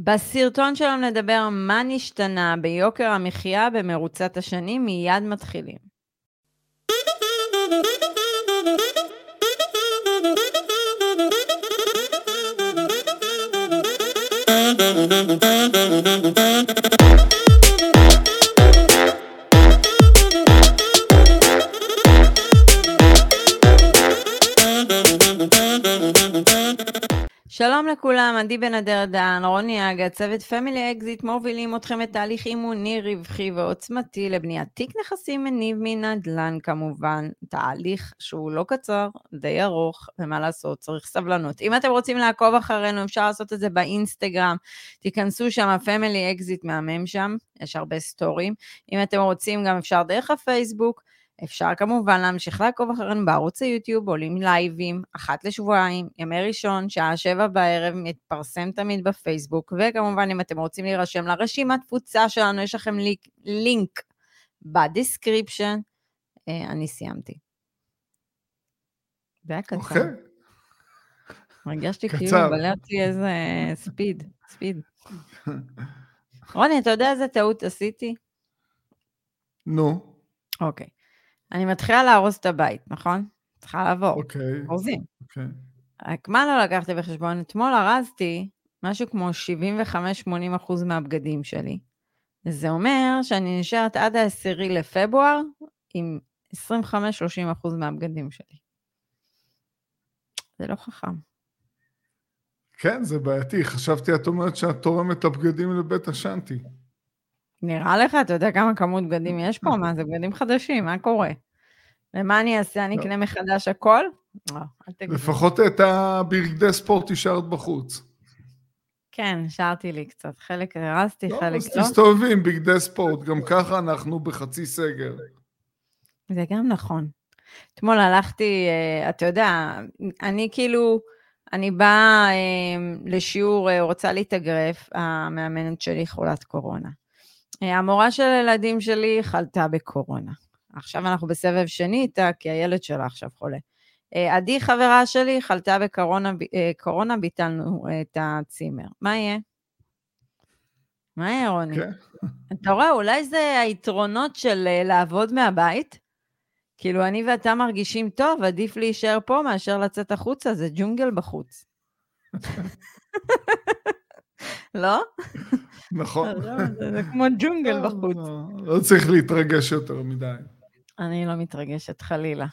בסרטון שלנו נדבר מה נשתנה ביוקר המחיה במרוצת השנים, מיד מתחילים. שלום לכולם, עדי בן אדר דן, רוני אגה, צוות פמילי אקזיט מובילים אתכם את תהליך אימוני רווחי ועוצמתי לבניית תיק נכסים מניב מנדל"ן כמובן, תהליך שהוא לא קצר, די ארוך, ומה לעשות, צריך סבלנות. אם אתם רוצים לעקוב אחרינו, אפשר לעשות את זה באינסטגרם, תיכנסו שם, פמילי אקזיט מהמם שם, יש הרבה סטורים. אם אתם רוצים גם אפשר דרך הפייסבוק, אפשר כמובן להמשיך לעקוב אחרינו בערוץ היוטיוב, עולים לייבים, אחת לשבועיים, ימי ראשון, שעה 7 בערב, מתפרסם תמיד בפייסבוק, וכמובן אם אתם רוצים להירשם לרשימת תפוצה שלנו, יש לכם לינק בדיסקריפשן, אני סיימתי. זה היה קצר. אוקיי. הרגשתי כאילו בלעתי איזה ספיד. רוני, אתה יודע איזה טעות עשיתי? נו. אוקיי. אני מתחילה להרוס את הבית, נכון? צריכה לעבור. אוקיי. אורזים. אוקיי. רק מה לא לקחתי בחשבון? אתמול הרזתי משהו כמו 75-80% מהבגדים שלי. זה אומר שאני נשארת עד ה-10 לפברואר עם 25-30% מהבגדים שלי. זה לא חכם. כן, זה בעייתי. חשבתי, את אומרת שאת תורמת את הבגדים לבית השנטי. נראה לך, אתה יודע כמה כמות בגדים יש פה? מה, זה בגדים חדשים, מה קורה? ומה אני אעשה? אני אקנה מחדש הכל? לפחות את הבגדי ספורט השארת בחוץ. כן, השארתי לי קצת. חלק הרסתי, חלק לא. אז תסתובבים בגדי ספורט, גם ככה אנחנו בחצי סגר. זה גם נכון. אתמול הלכתי, אתה יודע, אני באה לשיעור, רוצה להתאגרף, המאמנת שלי חולת קורונה. המורה של הילדים שלי חלתה בקורונה. עכשיו אנחנו בסבב שני איתה, כי הילד שלה עכשיו חולה. עדי חברה שלי חלתה בקורונה, ביטלנו את הצימר. מה יהיה? מה יהיה, רוני? אתה רואה, אולי זה היתרונות של לעבוד מהבית? כאילו אני ואתה מרגישים טוב, עדיף להישאר פה מאשר לצאת החוצה, זה ג'ונגל בחוץ. לא? נכון. זה כמו ג'ונגל בחוץ. לא צריך להתרגש יותר מדי. אני לא מתרגשת, חלילה.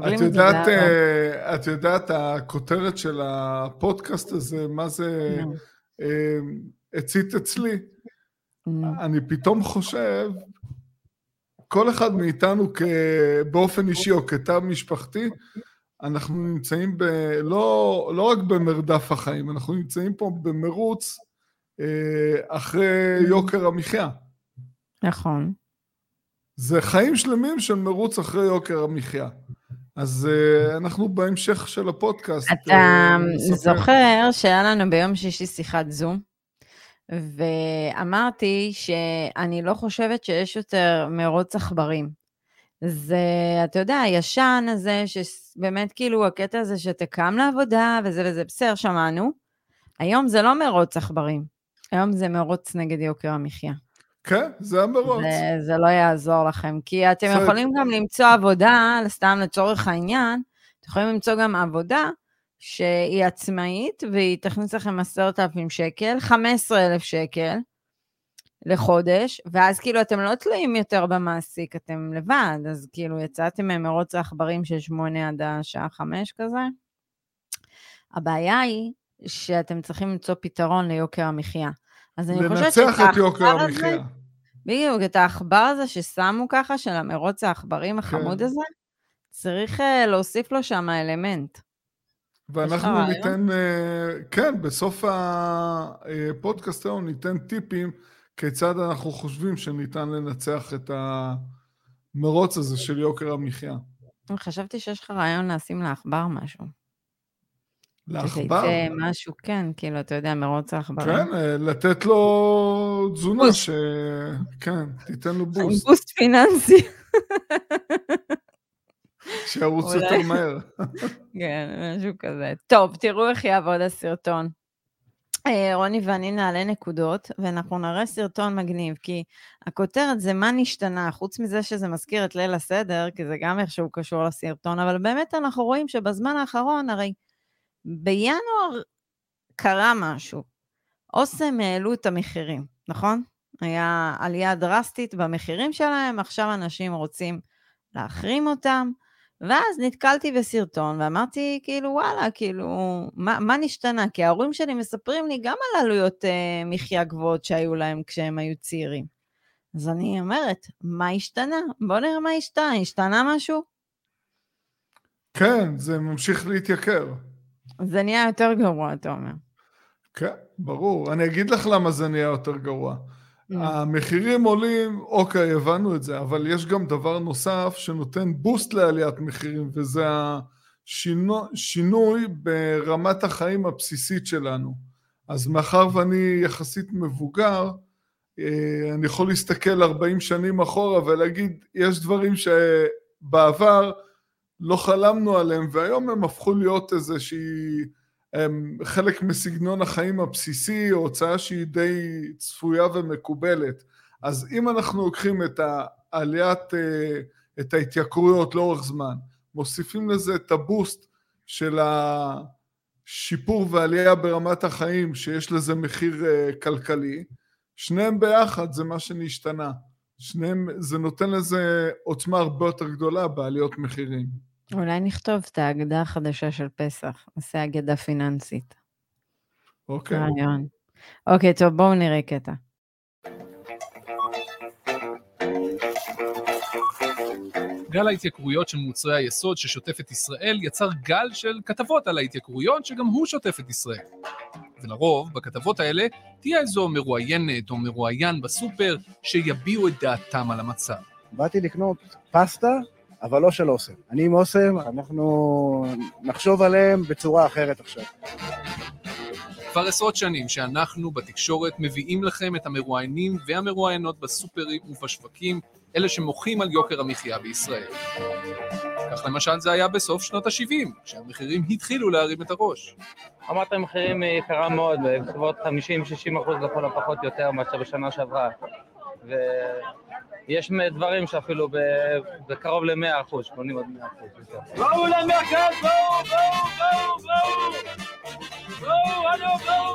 את יודעת, הכותרת של הפודקאסט הזה, מה זה הצית אצלי? אני פתאום חושב, כל אחד מאיתנו באופן אישי או כתב משפחתי, אנחנו נמצאים לא רק במרדף החיים, אנחנו נמצאים פה במרוץ אחרי יוקר המחיה. נכון. זה חיים שלמים של מרוץ אחרי יוקר המחיה. אז אנחנו בהמשך של הפודקאסט. אתה זוכר שהיה לנו ביום שישי שיחת זום, ואמרתי שאני לא חושבת שיש יותר מרוץ עכברים. זה, אתה יודע, הישן הזה, שבאמת כאילו הקטע הזה שתקם לעבודה, וזה בסדר, שמענו. היום זה לא מרוץ עכברים, היום זה מרוץ נגד יוקר המחיה. כן, זה המרוץ. זה לא יעזור לכם, כי אתם יכולים גם למצוא עבודה, סתם לצורך העניין, אתם יכולים למצוא גם עבודה שהיא עצמאית, והיא תכניס לכם 10,000 שקל, 15,000 שקל לחודש, ואז כאילו אתם לא תלויים יותר במעסיק, אתם לבד, אז כאילו יצאתם ממרוץ העכברים של 8 עד השעה 5 כזה. הבעיה היא שאתם צריכים למצוא פתרון ליוקר המחיה. אז אני חושבת לנצח את יוקר המחיה. בדיוק, את העכבר הזה ששמו ככה, של המרוץ העכברים החמוד הזה, צריך להוסיף לו שם האלמנט. ואנחנו ניתן, כן, בסוף הפודקאסט היום ניתן טיפים, כיצד אנחנו חושבים שניתן לנצח את המרוץ הזה של יוקר המחיה. חשבתי שיש לך רעיון לשים לעכבר משהו. לעכבר? זה משהו, כן, כאילו, אתה יודע, מרוץ העכברים. כן, לתת לו תזונה כן, תיתן לו בוסט. בוסט פיננסי. שירוץ יותר מהר. כן, משהו כזה. טוב, תראו איך יעבוד הסרטון. רוני ואני נעלה נקודות, ואנחנו נראה סרטון מגניב, כי הכותרת זה מה נשתנה, חוץ מזה שזה מזכיר את ליל הסדר, כי זה גם איכשהו קשור לסרטון, אבל באמת אנחנו רואים שבזמן האחרון, הרי בינואר קרה משהו. אוסם העלו את המחירים, נכון? היה עלייה דרסטית במחירים שלהם, עכשיו אנשים רוצים להחרים אותם, ואז נתקלתי בסרטון, ואמרתי, כאילו, וואלה, כאילו, מה נשתנה? כי ההורים שלי מספרים לי גם על עלויות מחיה גבוהות שהיו להם כשהם היו צעירים. אז אני אומרת, מה השתנה? בוא נראה מה השתנה. השתנה משהו? כן, זה ממשיך להתייקר. זה נהיה יותר גרוע, אתה אומר. כן, ברור. אני אגיד לך למה זה נהיה יותר גרוע. המחירים עולים, אוקיי, הבנו את זה, אבל יש גם דבר נוסף שנותן בוסט לעליית מחירים, וזה השינוי ברמת החיים הבסיסית שלנו. אז מאחר ואני יחסית מבוגר, אני יכול להסתכל 40 שנים אחורה ולהגיד, יש דברים שבעבר לא חלמנו עליהם, והיום הם הפכו להיות איזושהי חלק מסגנון החיים הבסיסי, או הוצאה שהיא די צפויה ומקובלת. אז אם אנחנו לוקחים את ההתייקרויות לאורך זמן, מוסיפים לזה את הבוסט של השיפור ועלייה ברמת החיים, שיש לזה מחיר כלכלי, שניהם ביחד זה מה שנשתנה. שניהם, זה נותן לזה עוצמה הרבה יותר גדולה בעליות מחירים. אולי נכתוב את ההגדה החדשה של פסח, נעשה הגדה פיננסית. אוקיי. רעיון. אוקיי, טוב, בואו נראה קטע. גל ההתייקרויות של מוצרי היסוד ששוטף את ישראל יצר גל של כתבות על ההתייקרויות שגם הוא שוטף את ישראל. ולרוב, בכתבות האלה, תהיה איזו מרואיינת או מרואיין בסופר שיביעו את דעתם על המצב. באתי לקנות פסטה, אבל לא של אוסם. אני עם אוסם, אנחנו נחשוב עליהם בצורה אחרת עכשיו. כבר עשרות שנים שאנחנו בתקשורת מביאים לכם את המרואיינים והמרואיינות בסופרים ובשווקים, אלה שמוחים על יוקר המחיה בישראל. כך למשל זה היה בסוף שנות ה-70, כשהמחירים התחילו להרים את הראש. רמת המחירים היא יקרה מאוד, בסביבות 50-60% לכל הפחות יותר מאשר בשנה שעברה. ויש דברים שאפילו בקרוב ל-100%, 80-100%. בואו למרכז, בואו,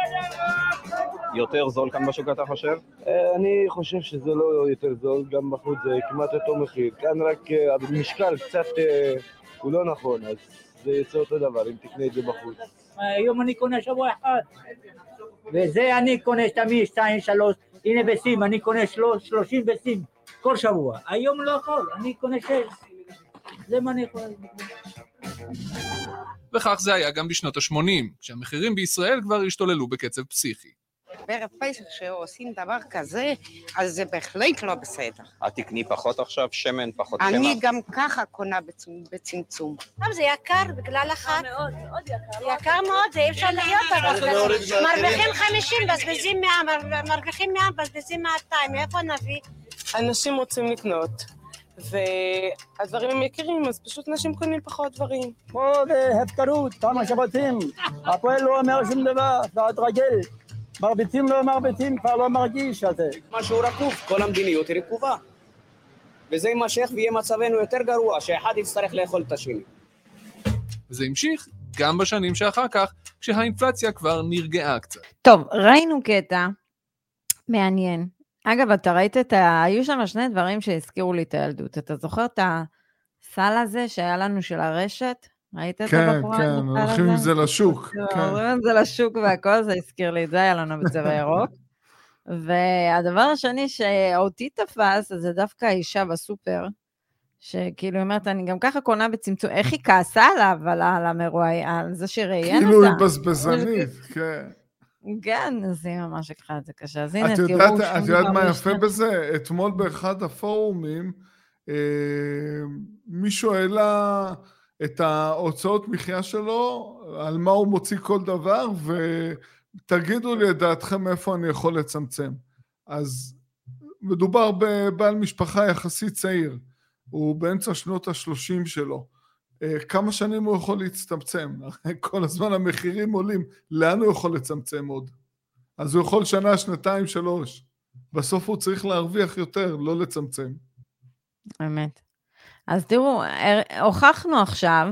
יותר זול כאן בשוק אתה חושב? אני חושב שזה לא יותר זול, גם בחוץ זה כמעט אותו מחיר. כאן רק המשקל קצת הוא לא נכון, אז זה יוצא אותו דבר אם תקנה את זה בחוץ. היום אני קונה שבוע אחד, וזה אני קונה תמיד 2, 3, הנה בסים, אני קונה 30 בסים כל שבוע. היום לא יכול, אני קונה 6, זה מה אני יכול להגיד. וכך זה היה גם בשנות ה-80, כשהמחירים בישראל כבר השתוללו בקצב פסיכי. בערב פסח שעושים דבר כזה, אז זה בהחלט לא בסדר. את תקני פחות עכשיו, שמן פחות שמן? אני גם ככה קונה בצמצום. זה יקר בגלל החג. מאוד, מאוד יקר. יקר מאוד, זה אי אפשר להיות דבר כזה. מרוויחים 50, בזבזים 100, מרוויחים 100, בזבזים 200, מאיפה נביא? אנשים רוצים לקנות, והדברים הם יקרים, אז פשוט אנשים קונים פחות דברים. פה בהפקרות, כמה שבתים, הפועל לא אומר שום דבר, ועד רגל. מרביטים לא מרביטים, כבר לא מרגיש על זה. משהו רקוב, כל המדיניות היא רקובה. וזה יימשך ויהיה מצבנו יותר גרוע, שאחד יצטרך לאכול את השני. וזה המשיך גם בשנים שאחר כך, כשהאינפלציה כבר נרגעה קצת. טוב, ראינו קטע מעניין. אגב, אתה ראית היו שם שני דברים שהזכירו לי את הילדות. אתה זוכר את הסל הזה שהיה לנו של הרשת? ראית את הבחורה? כן, הולכים עם זה לשוק. הולכים עם זה לשוק והכל, זה הזכיר לי את זה, היה לנו בצבע ירוק. והדבר השני שאותי תפס, זה דווקא האישה בסופר, שכאילו אומרת, אני גם ככה קונה בצמצום, איך היא כעסה עליו, על המרואי, על זה שראיין אותה. כאילו היא בזבזנית, כן. כן, אז היא ממש לקחה את זה קשה. אז הנה, תראו. את יודעת מה יפה בזה? אתמול באחד הפורומים, מישהו העלה את ההוצאות מחיה שלו, על מה הוא מוציא כל דבר, ותגידו לי את דעתכם איפה אני יכול לצמצם. אז מדובר בבעל משפחה יחסית צעיר, הוא באמצע שנות ה-30 שלו, כמה שנים הוא יכול להצטמצם? כל הזמן המחירים עולים, לאן הוא יכול לצמצם עוד? אז הוא יכול שנה, שנתיים, 3. בסוף הוא צריך להרוויח יותר, לא לצמצם. אמת. אז תראו, הוכחנו עכשיו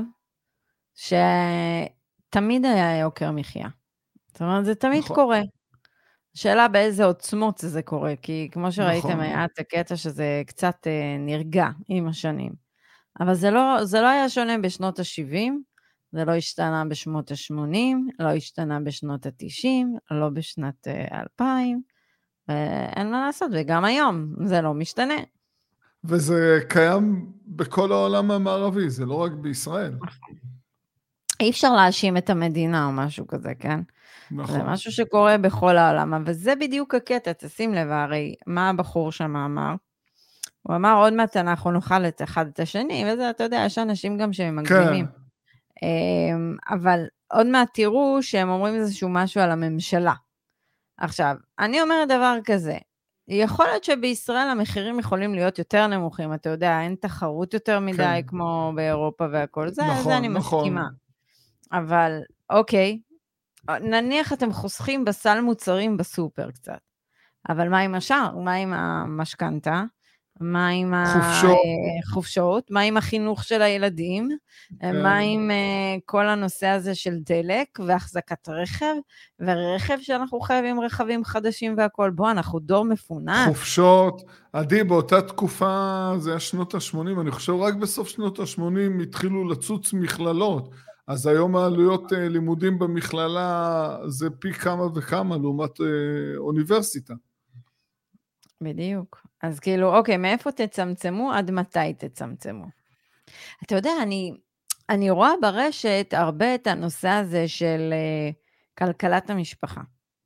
שתמיד היה יוקר מחיה. זאת אומרת, זה תמיד קורה. השאלה באיזה עוצמות זה קורה, כי כמו שראיתם, היה את הקטע שזה קצת נרגע עם השנים. אבל זה לא היה שונה בשנות ה-70, זה לא השתנה בשנות ה-80, לא השתנה בשנות ה-90, לא בשנת 2000, ואין מה לעשות, וגם היום זה לא משתנה. וזה קיים בכל העולם המערבי, זה לא רק בישראל. אי אפשר להאשים את המדינה או משהו כזה, כן? נכון. זה משהו שקורה בכל העולם, אבל זה בדיוק הקטע, תשים לב, הרי מה הבחור שם אמר? הוא אמר, עוד מעט אנחנו נאכל את אחד את השני, וזה, אתה יודע, יש אנשים גם שהם מגזימים. כן. אבל עוד מעט תראו שהם אומרים איזשהו משהו על הממשלה. עכשיו, אני אומרת דבר כזה, יכול להיות שבישראל המחירים יכולים להיות יותר נמוכים, אתה יודע, אין תחרות יותר מדי כן. כמו באירופה והכל, זה, נכון, זה אני נכון. מסכימה. אבל, אוקיי, נניח אתם חוסכים בסל מוצרים בסופר קצת, אבל מה עם השאר? מה עם המשכנתה? מה עם החופשות? מה עם החינוך של הילדים? מה עם כל הנושא הזה של דלק והחזקת רכב? ורכב שאנחנו חייבים רכבים חדשים והכל. בוא, אנחנו דור מפונק. חופשות, עדי, באותה תקופה, זה היה שנות ה-80, אני חושב רק בסוף שנות ה-80 התחילו לצוץ מכללות. אז היום העלויות לימודים במכללה זה פי כמה וכמה לעומת אוניברסיטה. בדיוק. אז כאילו, אוקיי, מאיפה תצמצמו? עד מתי תצמצמו? אתה יודע, אני רואה ברשת הרבה את הנושא הזה של כלכלת המשפחה.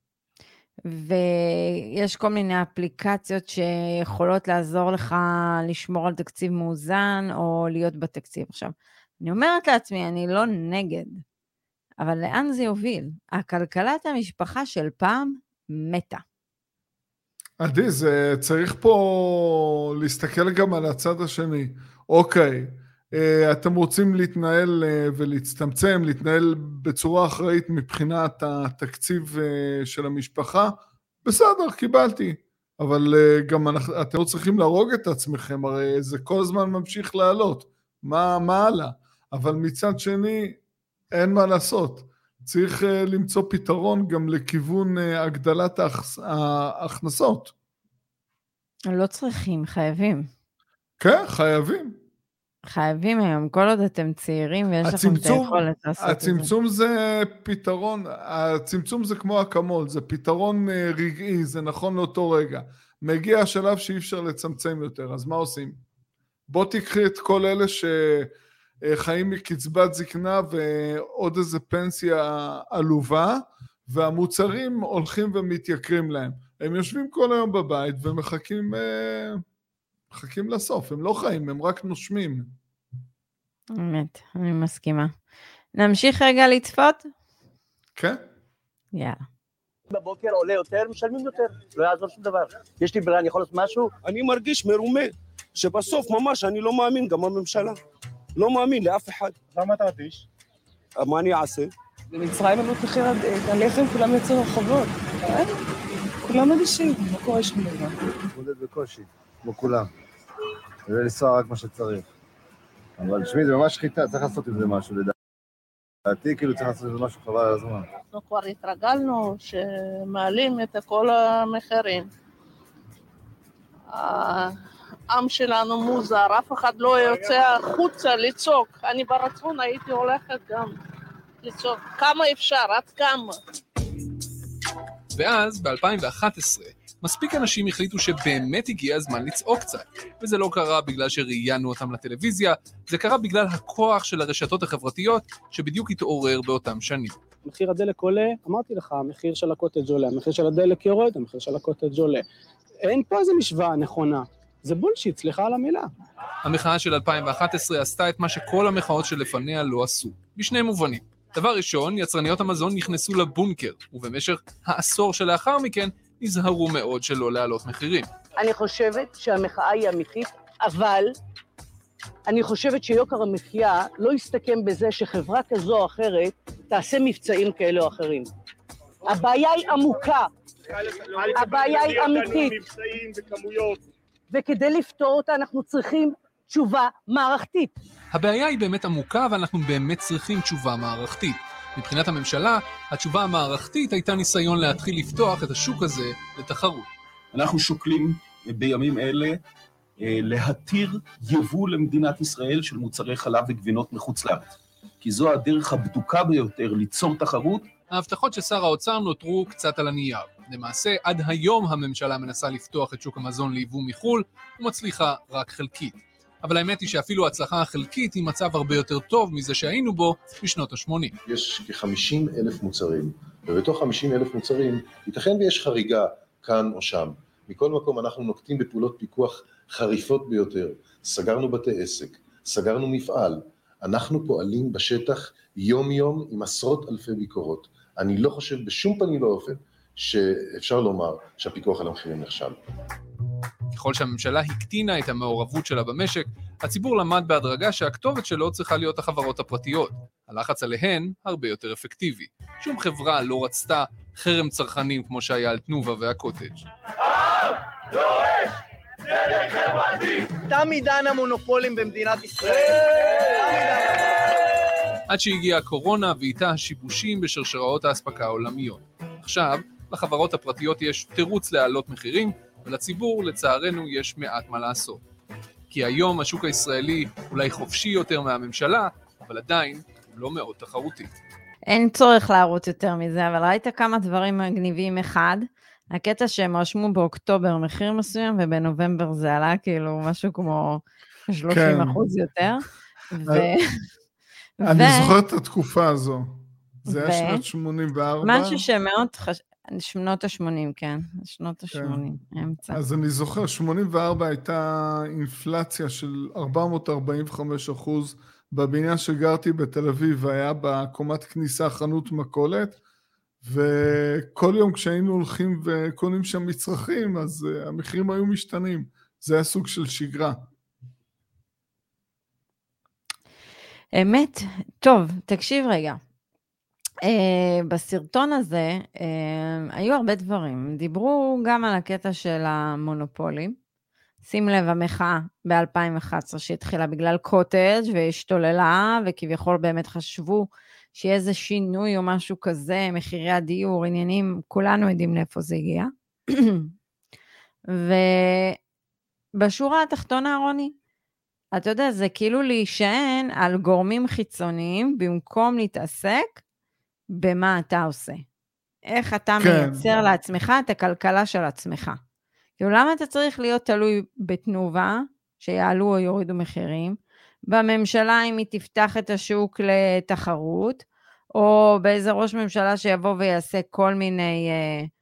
ויש כל מיני אפליקציות שיכולות לעזור לך לשמור על תקציב מאוזן, או להיות בתקציב. עכשיו, אני אומרת לעצמי, אני לא נגד, אבל לאן זה יוביל? הכלכלת המשפחה של פעם מתה. עדי, זה צריך פה להסתכל גם על הצד השני. אוקיי, אתם רוצים להתנהל ולהצטמצם, להתנהל בצורה אחראית מבחינת התקציב של המשפחה? בסדר, קיבלתי. אבל גם אתם לא צריכים להרוג את עצמכם, הרי זה כל הזמן ממשיך לעלות. מה הלאה? אבל מצד שני, אין מה לעשות. צריך למצוא פתרון גם לכיוון הגדלת ההכנסות. לא צריכים, חייבים. כן, חייבים. חייבים היום, כל עוד אתם צעירים ויש לכם את היכולת לעשות את זה. הצמצום זה פתרון, הצמצום זה כמו אקמול, זה פתרון רגעי, זה נכון לאותו רגע. מגיע השלב שאי אפשר לצמצם יותר, אז מה עושים? בוא תקחי את כל אלה שחיים מקצבת זקנה ועוד איזה פנסיה עלובה, והמוצרים הולכים ומתייקרים להם. הם יושבים כל היום בבית ומחכים לסוף, הם לא חיים, הם רק נושמים. באמת, אני מסכימה. נמשיך רגע לצפות? כן. יאללה. בבוקר עולה יותר, משלמים יותר, לא יעזור שום דבר. יש לי ברירה, אני יכול לעשות משהו? אני מרגיש מרומה, שבסוף ממש אני לא מאמין, גם הממשלה. לא מאמין לאף אחד. למה אתה אדיש? מה אני אעשה? במצרים עלות מחיר הלחם, כולם יצאו רחובות. כולם אדישים, מה קורה שם דבר? מתמודד בקושי, כמו כולם. ולנסוע רק מה שצריך. אבל שמי, זה ממש חיטה, צריך לעשות עם זה משהו, לדעתי, כאילו צריך לעשות עם זה משהו חבל על הזמן. אנחנו כבר התרגלנו שמעלים את כל המחירים. העם שלנו מוזר, אף אחד לא יוצא החוצה לצעוק. אני ברצון הייתי הולכת גם לצעוק. כמה אפשר, עד כמה? ואז, ב-2011, מספיק אנשים החליטו שבאמת הגיע הזמן לצעוק קצת. וזה לא קרה בגלל שראיינו אותם לטלוויזיה, זה קרה בגלל הכוח של הרשתות החברתיות שבדיוק התעורר באותם שנים. מחיר הדלק עולה, אמרתי לך, המחיר של הקוטג' עולה, המחיר של הדלק יורד, המחיר של הקוטג' עולה. אין פה איזה משוואה נכונה. זה בולשיט, סליחה על המילה. המחאה של 2011 עשתה את מה שכל המחאות שלפניה לא עשו, בשני מובנים. דבר ראשון, יצרניות המזון נכנסו לבונקר, ובמשך העשור שלאחר מכן נזהרו מאוד שלא להעלות מחירים. אני חושבת שהמחאה היא אמיתית, אבל אני חושבת שיוקר המחיה לא יסתכם בזה שחברה כזו או אחרת תעשה מבצעים כאלה או אחרים. הבעיה היא עמוקה, הבעיה היא אמיתית, וכדי לפתור אותה אנחנו צריכים תשובה מערכתית. הבעיה היא באמת עמוקה, ואנחנו באמת צריכים תשובה מערכתית. מבחינת הממשלה, התשובה המערכתית הייתה ניסיון להתחיל לפתוח את השוק הזה לתחרות. אנחנו שוקלים בימים אלה להתיר יבוא למדינת ישראל של מוצרי חלב וגבינות מחוץ לארץ. כי זו הדרך הבדוקה ביותר ליצור תחרות. ההבטחות של שר האוצר נותרו קצת על הנייר. למעשה, עד היום הממשלה מנסה לפתוח את שוק המזון ליבוא מחול, ומצליחה רק חלקית. אבל האמת היא שאפילו ההצלחה החלקית היא מצב הרבה יותר טוב מזה שהיינו בו בשנות ה-80. יש כ-50,000 מוצרים, ובתוך 50,000 מוצרים ייתכן ויש חריגה כאן או שם. מכל מקום אנחנו נוקטים בפעולות פיקוח חריפות ביותר. סגרנו בתי עסק, סגרנו מפעל. אנחנו פועלים בשטח יום-יום עם עשרות אלפי ביקורות. אני לא חושב בשום פנים ואופן שאפשר לומר שהפיקוח על המחירים נכשל. ככל שהממשלה הקטינה את המעורבות שלה במשק, הציבור למד בהדרגה שהכתובת שלו צריכה להיות החברות הפרטיות. הלחץ עליהן הרבה יותר אפקטיבי. שום חברה לא רצתה חרם צרכנים כמו שהיה על תנובה והקוטג'. תם עידן המונופולים במדינת ישראל. עד שהגיעה הקורונה ואיתה השיבושים בשרשראות האספקה העולמיות. עכשיו, לחברות הפרטיות יש תירוץ להעלות מחירים, ולציבור, לצערנו, יש מעט מה לעשות. כי היום השוק הישראלי אולי חופשי יותר מהממשלה, אבל עדיין הוא לא מאוד תחרותי. אין צורך להראות יותר מזה, אבל ראית כמה דברים מגניבים. אחד, הקטע שהם רשמו באוקטובר מחיר מסוים, ובנובמבר זה עלה כאילו משהו כמו 30% יותר. אני זוכר את התקופה הזו. זה היה שנות 84. משהו שמאוד שנות ה-80, כן. שנות ה-80, האמצע. אז אני זוכר, 84 הייתה אינפלציה של 445%, בבניין שגרתי בתל אביב, היה בקומת כניסה חנות מכולת, וכל יום כשהיינו הולכים וקונים שם מצרכים, אז המחירים היו משתנים. זה היה סוג של שגרה. אמת. טוב, תקשיב רגע. בסרטון הזה היו הרבה דברים. דיברו גם על הקטע של המונופולים. שים לב, המחאה ב-2011 שהתחילה בגלל קוטג' והשתוללה, וכביכול באמת חשבו שיהיה איזה שינוי או משהו כזה, מחירי הדיור, עניינים, כולנו יודעים לאיפה זה הגיע. ובשורה התחתונה, רוני, אתה יודע, זה כאילו להישען על גורמים חיצוניים, במקום להתעסק במה אתה עושה. איך אתה מייצר לעצמך את הכלכלה של עצמך. כאילו, למה אתה צריך להיות תלוי בתנובה, שיעלו או יורידו מחירים, בממשלה אם היא תפתח את השוק לתחרות, או באיזה ראש ממשלה שיבוא ויעשה כל מיני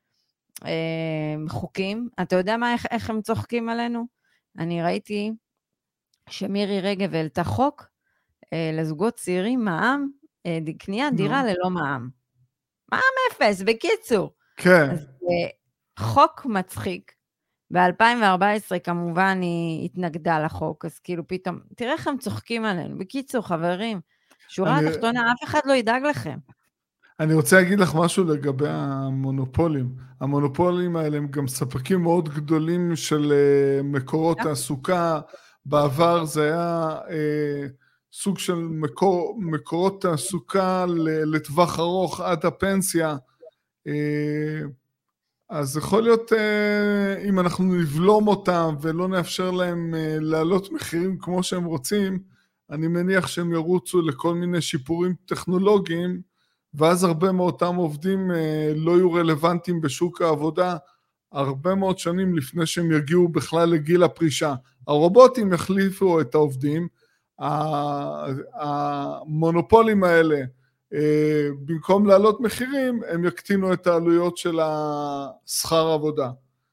חוקים. אתה יודע מה, איך הם צוחקים עלינו? אני ראיתי שמירי רגב העלתה חוק לזוגות צעירים מע"מ, קניית דירה ללא מע"מ. מע"מ אפס, בקיצור. כן. אז חוק מצחיק. ב-2014 כמובן היא התנגדה לחוק, אז כאילו פתאום, תראה איך הם צוחקים עלינו. בקיצור, חברים, שורה התחתונה, אף אחד לא ידאג לכם. אני רוצה להגיד לך משהו לגבי המונופולים. המונופולים האלה הם גם ספקים מאוד גדולים של מקורות תעסוקה. בעבר זה היה סוג של מקורות תעסוקה לטווח ארוך עד הפנסיה. אז יכול להיות, אם אנחנו נבלום אותם ולא נאפשר להם לעלות מחירים כמו שהם רוצים, אני מניח שהם ירוצו לכל מיני שיפורים טכנולוגיים, ואז הרבה מאותם עובדים לא יהיו רלוונטיים בשוק העבודה, הרבה מאוד שנים לפני שהם יגיעו בכלל לגיל הפרישה. הרובוטים יחליפו את העובדים, המונופולים האלה, במקום לעלות מחירים, הם יקטינו את העלויות של השכר עבודה.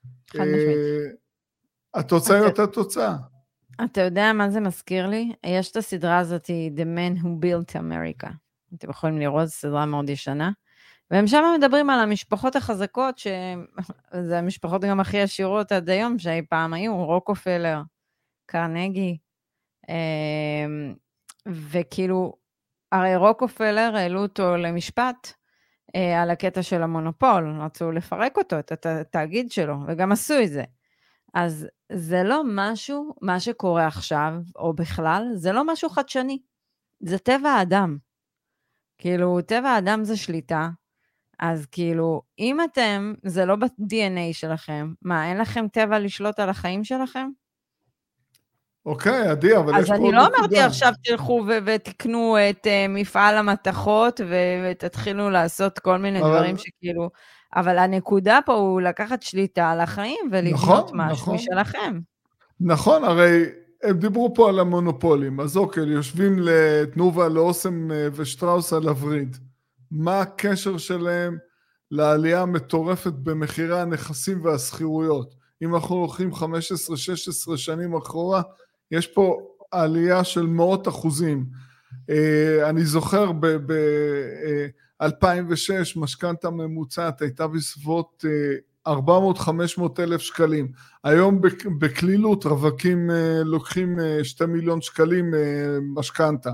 התוצאה היא אותה תוצאה. אתה יודע מה זה מזכיר לי? יש את הסדרה הזאת, The Man Who Built America. אתם יכולים לראות, סדרה מאוד ישנה. והם שם מדברים על המשפחות החזקות, שזה המשפחות גם הכי עשירות עד היום, שאי פעם היו, רוקפלר, קרנגי, וכאילו, הרי רוקפלר העלו אותו למשפט על הקטע של המונופול, רצו לפרק אותו, את התאגיד שלו, וגם עשו את זה. אז זה לא משהו, מה שקורה עכשיו, או בכלל, זה לא משהו חדשני. זה טבע האדם. כאילו, טבע האדם זה שליטה, אז כאילו, אם אתם, זה לא ב-DNA שלכם, מה, אין לכם טבע לשלוט על החיים שלכם? אוקיי, עדי, אבל יש פה... אז אני לא אמרתי עכשיו תלכו ותקנו את מפעל המתכות, ותתחילו לעשות כל מיני דברים שכאילו... אבל הנקודה פה הוא לקחת שליטה על החיים, ולבנות משהו משלכם. נכון, הרי הם דיברו פה על המונופולים, אז אוקיי, יושבים לתנובה, לאוסם ושטראוס על הווריד. מה הקשר שלהם לעלייה המטורפת במחירי הנכסים והסחירויות? אם אנחנו הולכים 15-16 שנים אחורה, יש פה עלייה של מאות אחוזים. אני זוכר ב-2006, משכנתה ממוצעת הייתה בסביבות 400-500 אלף שקלים. היום בכלילות רווקים לוקחים 2 מיליון שקלים משכנתה.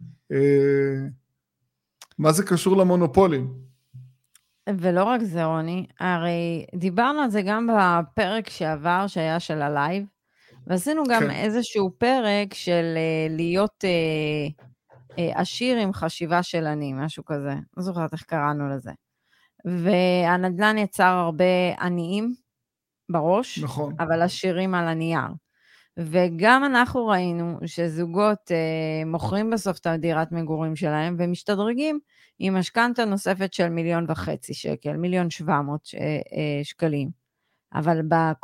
מה זה קשור למונופולים? ולא רק זה, רוני, הרי דיברנו על זה גם בפרק שעבר, שהיה של הלייב, ועשינו גם איזשהו פרק של להיות עשיר עם חשיבה של אני, משהו כזה. לא זוכרת איך קראנו לזה. והנדל"ן יצר הרבה עניים בראש, נכון. אבל עשירים על הנייר. וגם אנחנו ראינו שזוגות מוכרים בסוף את דירת מגורים שלהם, ומשתדרגים עם משכנתה נוספת של 1.5 מיליון שקל, 1,700,000 שקלים. אבל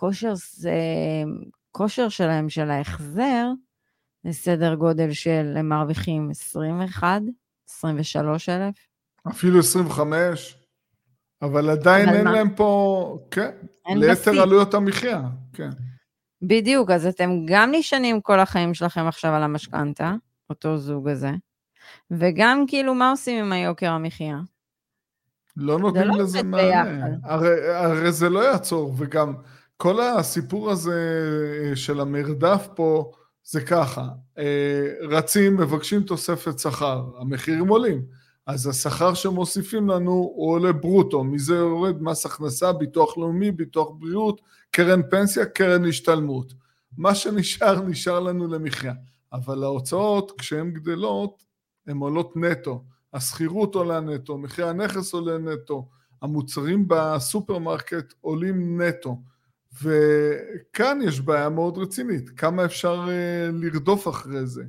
בכושר שלהם של ההחזר, בסדר גודל של הם מרוויחים 21,000-23,000. אפילו 25, אבל עדיין אין להם פה, כן, ליתר עלויות המחיה, כן. בדיוק, אז אתם גם נשענים כל החיים שלכם עכשיו על המשכנתה, אותו זוג הזה, וגם כאילו מה עושים עם היוקר המחיה? לא נותנים לזה מענה, הרי זה לא יעצור, וגם כל הסיפור הזה של המרדף פה, זה ככה, רצים, מבקשים תוספת שכר, המחירים עולים, אז השכר שמוסיפים לנו הוא עולה ברוטו, מזה יורד מס הכנסה, ביטוח לאומי, ביטוח בריאות, קרן פנסיה, קרן השתלמות. מה שנשאר, נשאר לנו למחיה. אבל ההוצאות, כשהן גדלות, הן עולות נטו. הסחירות עולה נטו, מחיר הנכס עולה נטו, המוצרים בסופרמרקט עולים נטו. וכאן יש בעיה מאוד רצינית. כמה אפשר לרדוף אחרי זה?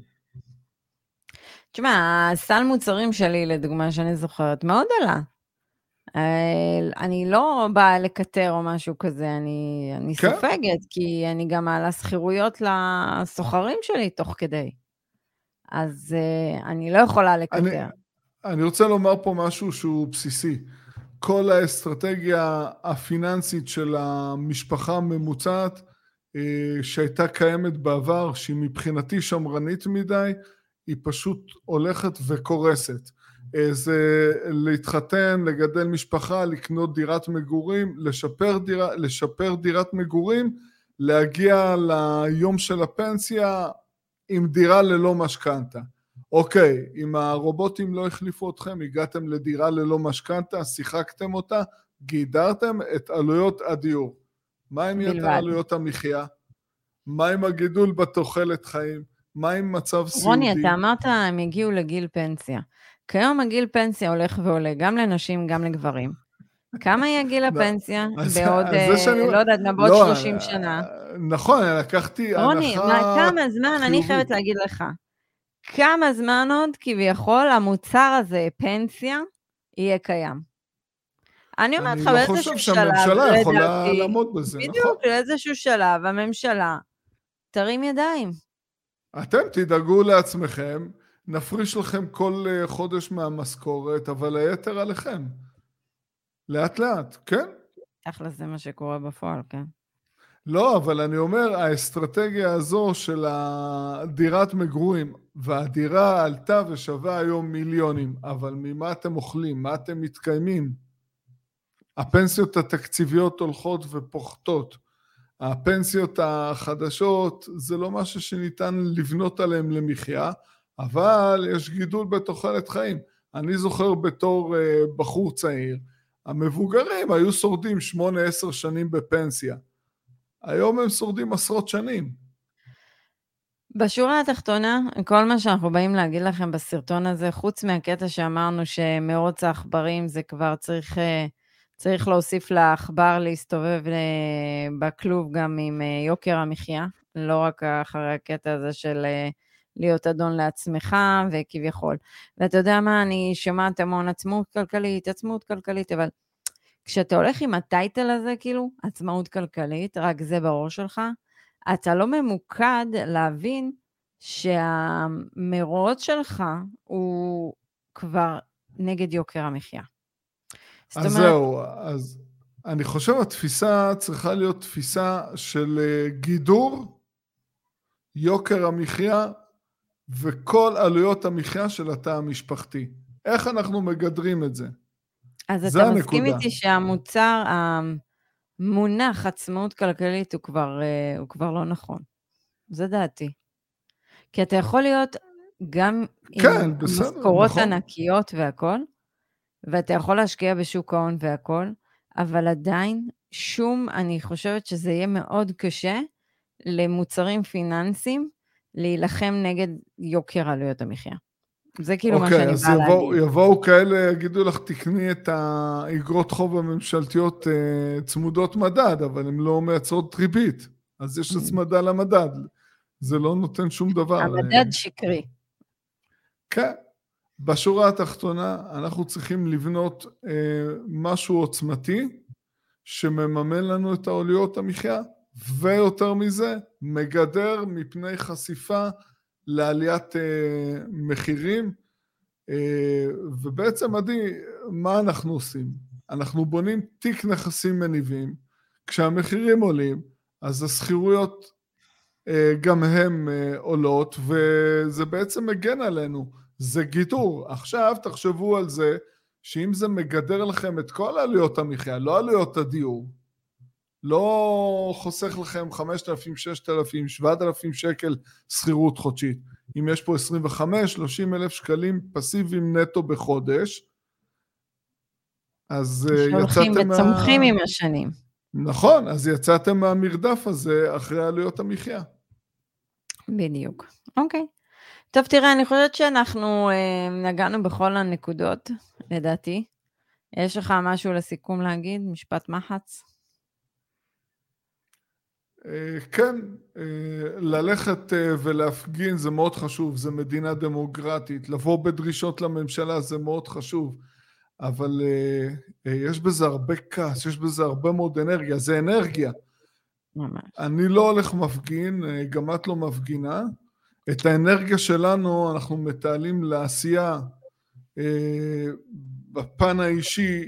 תשמע, הסל מוצרים שלי, לדוגמה, שאני זוכרת, מאוד עלה. אני לא באה לקטר או משהו כזה, אני סופגת, כי אני גם מעלה סחירויות לסוחרים שלי תוך כדי. אז אני לא יכולה לקטר. אני רוצה לומר פה משהו שהוא בסיסי. כל האסטרטגיה הפיננסית של המשפחה הממוצעת, שהייתה קיימת בעבר, שהיא מבחינתי שמרנית מדי, היא פשוט הולכת וקורסת. זה להתחתן, לגדל משפחה, לקנות דירת מגורים, לשפר דירת מגורים, להגיע ליום של הפנסיה עם דירה ללא משכנתה. אוקיי, אם הרובוטים לא החליפו אתכם, הגעתם לדירה ללא משכנתה, שיחקתם אותה, גידרתם את עלויות הדיור. מה עם יתר עלויות המחיה? מה עם הגידול בתוחלת חיים? מה עם מצב סיעודי? רוני, אתה אמרת, הם הגיעו לגיל פנסיה. כיום הגיל פנסיה הולך ועולה, גם לנשים, גם לגברים. כמה יהיה גיל הפנסיה? בעוד, לא יודעת, בעוד 30 שנה. נכון, לקחתי הנחה... רוני, כמה זמן, אני חייבת להגיד לך, כמה זמן עוד כביכול המוצר הזה, פנסיה, יהיה קיים. אני אומרת לך, באיזשהו שלב... אני לא חושב שהממשלה יכולה לעמוד בזה, נכון? בדיוק, לאיזשהו שלב, הממשלה תרים ידיים. אתם תדאגו לעצמכם, נפריש לכם כל חודש מהמשכורת, אבל היתר עליכם. לאט לאט, כן? אחלה, זה מה שקורה בפועל, כן. לא, אבל אני אומר, האסטרטגיה הזו של הדירת מגורים, והדירה עלתה ושווה היום מיליונים, אבל ממה אתם אוכלים? מה אתם מתקיימים? הפנסיות התקציביות הולכות ופוחתות. הפנסיות החדשות זה לא משהו שניתן לבנות עליהם למחיה, אבל יש גידול בתוחלת חיים. אני זוכר בתור בחור צעיר, המבוגרים היו שורדים 8-10 שנים בפנסיה. היום הם שורדים עשרות שנים. בשורה התחתונה, כל מה שאנחנו באים להגיד לכם בסרטון הזה, חוץ מהקטע שאמרנו שמרוץ העכברים זה כבר צריך להוסיף לעכבר להסתובב בכלוב גם עם יוקר המחיה, לא רק אחרי הקטע הזה של להיות אדון לעצמך וכביכול. ואתה יודע מה, אני שומעת המון עצמאות כלכלית, אבל כשאתה הולך עם הטייטל הזה, כאילו, עצמאות כלכלית, רק זה בראש שלך, אתה לא ממוקד להבין שהמרוץ שלך הוא כבר נגד יוקר המחיה. אז זהו, אז אני חושב התפיסה צריכה להיות תפיסה של גידור, יוקר המחיה, וכל עלויות המחיה של התא המשפחתי. איך אנחנו מגדרים את זה? אז אתה מסכים איתי שהמוצר, המונח עצמאות כלכלית הוא כבר לא נכון. זה דעתי. כי אתה יכול להיות גם עם משכורות ענקיות והכל, ואתה יכול להשקיע בשוק ההון והכל, אבל עדיין אני חושבת שזה יהיה מאוד קשה למוצרים פיננסיים להילחם נגד יוקר עלויות המחיה. זה כאילו מה שאני באה להגיד. אוקיי, אז יבואו כאלה, יגידו לך, תקני את האגרות חוב הממשלתיות צמודות מדד, אבל הן לא מייצרות ריבית. אז יש הצמדה למדד. זה לא נותן שום דבר. המדד שקרי. כן. בשורה התחתונה, אנחנו צריכים לבנות משהו עוצמתי, שמממן לנו את העלויות המחיה, ויותר מזה, מגדר מפני חשיפה לעליית מחירים, ובעצם מה אנחנו עושים? אנחנו בונים תיק נכסים מניבים, כשהמחירים עולים, אז הסחירויות גם הם עולות, וזה בעצם מגן עלינו, זה גידור. עכשיו תחשבו על זה, שאם זה מגדר לכם את כל עלויות המחיה, לא עלויות הדיור, לא חוסך לכם 5,000, 6,000, 7,000 שקל שכירות חודשית. אם יש פה 25-30 אלף שקלים פסיביים נטו בחודש, אז שהולכים וצומחים עם השנים. נכון, אז יצאתם מהמרדף הזה אחרי עלויות המחיה. בדיוק. אוקיי. טוב, תראה, אני חושבת שאנחנו נגענו בכל הנקודות, לדעתי. יש לך משהו לסיכום להגיד? משפט מחץ? כן, ללכת ולהפגין זה מאוד חשוב, זה מדינה דמוקרטית, לבוא בדרישות לממשלה זה מאוד חשוב, אבל יש בזה הרבה כעס, יש בזה הרבה מאוד אנרגיה, זה אנרגיה. ממש. אני לא הולך מפגין, גם את לא מפגינה, את האנרגיה שלנו אנחנו מתעלים לעשייה בפן האישי,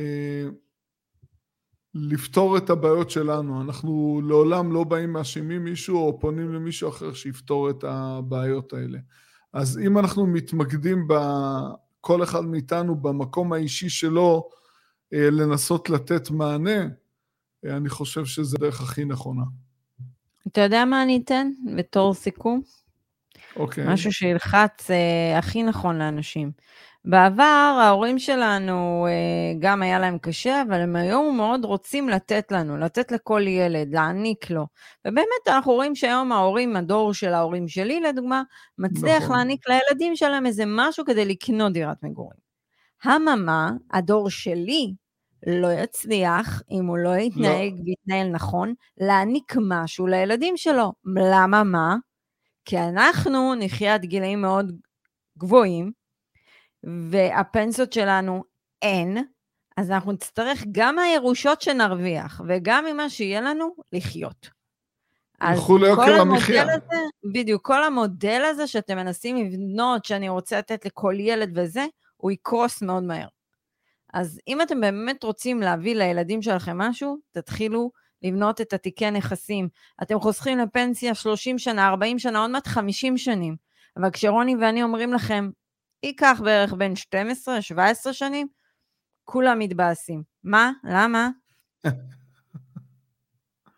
לפתור את הבעיות שלנו. אנחנו לעולם לא באים מאשימים מישהו או פונים למישהו אחר שיפתור את הבעיות האלה. אז אם אנחנו מתמקדים כל אחד מאיתנו במקום האישי שלו לנסות לתת מענה, אני חושב שזה הדרך הכי נכונה. אתה יודע מה אני אתן בתור סיכום? אוקיי. משהו שילחץ הכי נכון לאנשים. בעבר ההורים שלנו גם היה להם קשה, אבל הם היום מאוד רוצים לתת לנו, לתת לכל ילד, להעניק לו. ובאמת אנחנו רואים שהיום ההורים, הדור של ההורים שלי לדוגמה, מצליח נכון. להעניק לילדים שלהם איזה משהו כדי לקנות דירת מגורים. הממה, הדור שלי, לא יצליח, אם הוא לא יתנהג ויתנהל נכון, להעניק משהו לילדים שלו. למה מה? כי אנחנו נחיה עד גילאים מאוד גבוהים, והפנסיות שלנו אין, אז אנחנו נצטרך גם מהירושות שנרוויח, וגם ממה שיהיה לנו לחיות. הלכו ליוקר המחיה. בדיוק, כל המודל הזה שאתם מנסים לבנות, שאני רוצה לתת לכל ילד וזה, הוא יקרוס מאוד מהר. אז אם אתם באמת רוצים להביא לילדים שלכם משהו, תתחילו לבנות את התיקי נכסים. אתם חוסכים לפנסיה 30 שנה, 40 שנה, עוד מעט 50 שנים. אבל כשרוני ואני אומרים לכם, ייקח בערך בין 12-17 שנים, כולם מתבאסים. מה? למה?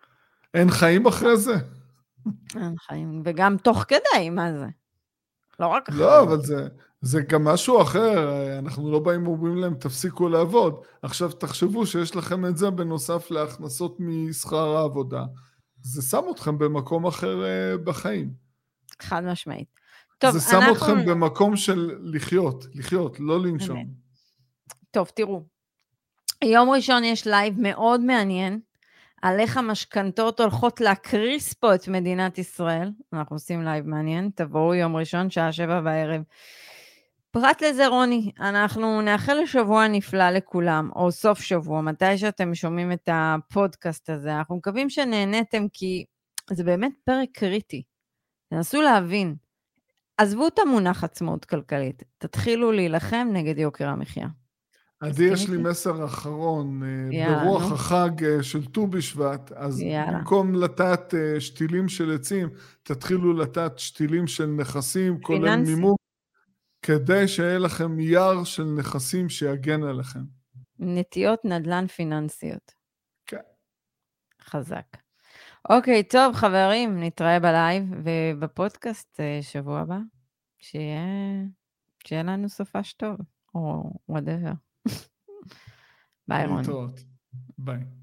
אין חיים אחרי זה? אין חיים, וגם תוך כדי, מה זה? לא רק אחרי. לא, אבל זה גם משהו אחר, אנחנו לא באים ואומרים להם, תפסיקו לעבוד. עכשיו תחשבו שיש לכם את זה בנוסף להכנסות משכר העבודה. זה שם אתכם במקום אחר בחיים. חד משמעית. טוב, זה שם אתכם במקום של לחיות, לא לנשום. טוב, תראו. יום ראשון יש לייב מאוד מעניין, על איך המשכנתות הולכות להקריס פה את מדינת ישראל. אנחנו עושים לייב מעניין, תבואו יום ראשון, שעה 7 בערב. פרט לזה, רוני, אנחנו נאחל לשבוע נפלא לכולם, או סוף שבוע, מתי שאתם שומעים את הפודקאסט הזה. אנחנו מקווים שנהנתם, כי זה באמת פרק קריטי. תנסו להבין. עזבו את המונח עצמאות כלכלית. תתחילו להילחם נגד יוקר המחיה. עדי, יש לי מסר אחרון, ברוח החג של ט"ו בשבט, אז במקום לטעת שתילים של עצים, תתחילו לטעת שתילים של נכסים, כולל מימון, כדי שיהיה לכם יער של נכסים שיגן עליכם. נטיות נדל"ן פיננסיות. כן. חזק. אוקיי, טוב חברים, נתראה בלייב ובפודקאסט שבוע הבא. שיהיה לנו סופש טוב, או whatever. ביי רוני. ביי.